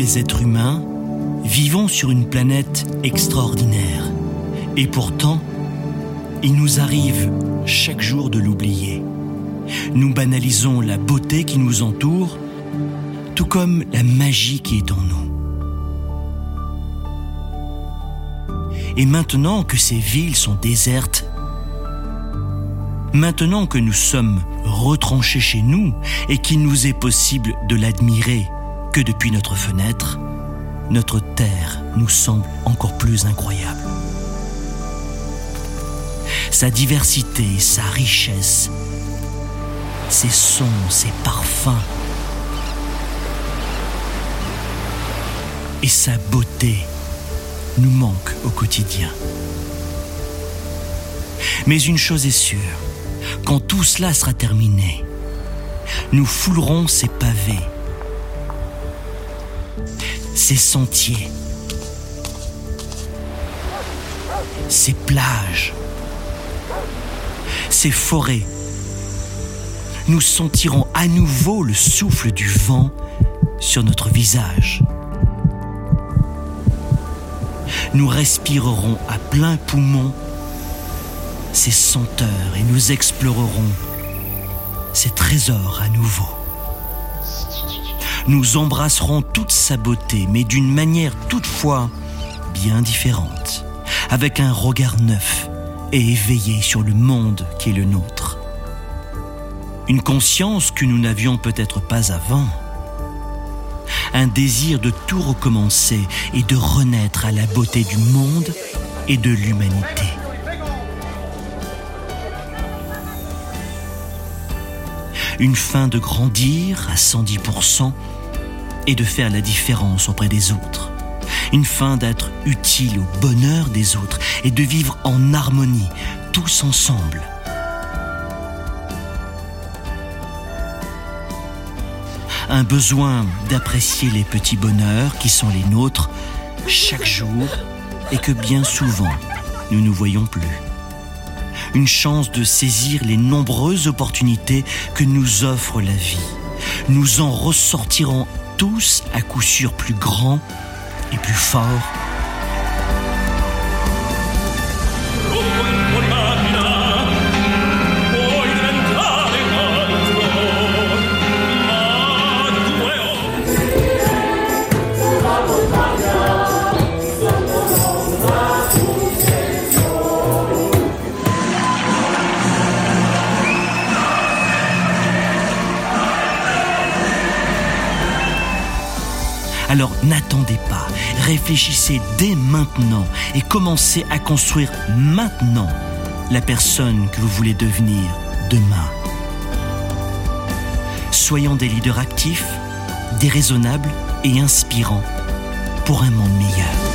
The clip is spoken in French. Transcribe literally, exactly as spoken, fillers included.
les êtres humains, vivons sur une planète extraordinaire. Et pourtant, il nous arrive chaque jour de l'oublier. Nous banalisons la beauté qui nous entoure, tout comme la magie qui est en nous. Et maintenant que ces villes sont désertes, maintenant que nous sommes retranchés chez nous et qu'il nous est possible de l'admirer que depuis notre fenêtre, notre terre nous semble encore plus incroyable. Sa diversité, sa richesse, ses sons, ses parfums et sa beauté nous manquent au quotidien. Mais une chose est sûre, quand tout cela sera terminé, nous foulerons ces pavés, ces sentiers, ces plages, ces forêts. Nous sentirons à nouveau le souffle du vent sur notre visage. Nous respirerons à plein poumon ces senteurs et nous explorerons ces trésors à nouveau. Nous embrasserons toute sa beauté, mais d'une manière toutefois bien différente, avec un regard neuf et éveillé sur le monde qui est le nôtre. Une conscience que nous n'avions peut-être pas avant. Un désir de tout recommencer et de renaître à la beauté du monde et de l'humanité. Une faim de grandir à cent dix pour cent et de faire la différence auprès des autres. Une faim d'être utile au bonheur des autres et de vivre en harmonie, tous ensemble. Un besoin d'apprécier les petits bonheurs qui sont les nôtres chaque jour et que bien souvent nous ne voyons plus. Une chance de saisir les nombreuses opportunités que nous offre la vie. Nous en ressortirons tous à coup sûr plus grands et plus forts. Alors n'attendez pas, réfléchissez dès maintenant et commencez à construire maintenant la personne que vous voulez devenir demain. Soyons des leaders actifs, déraisonnables et inspirants pour un monde meilleur.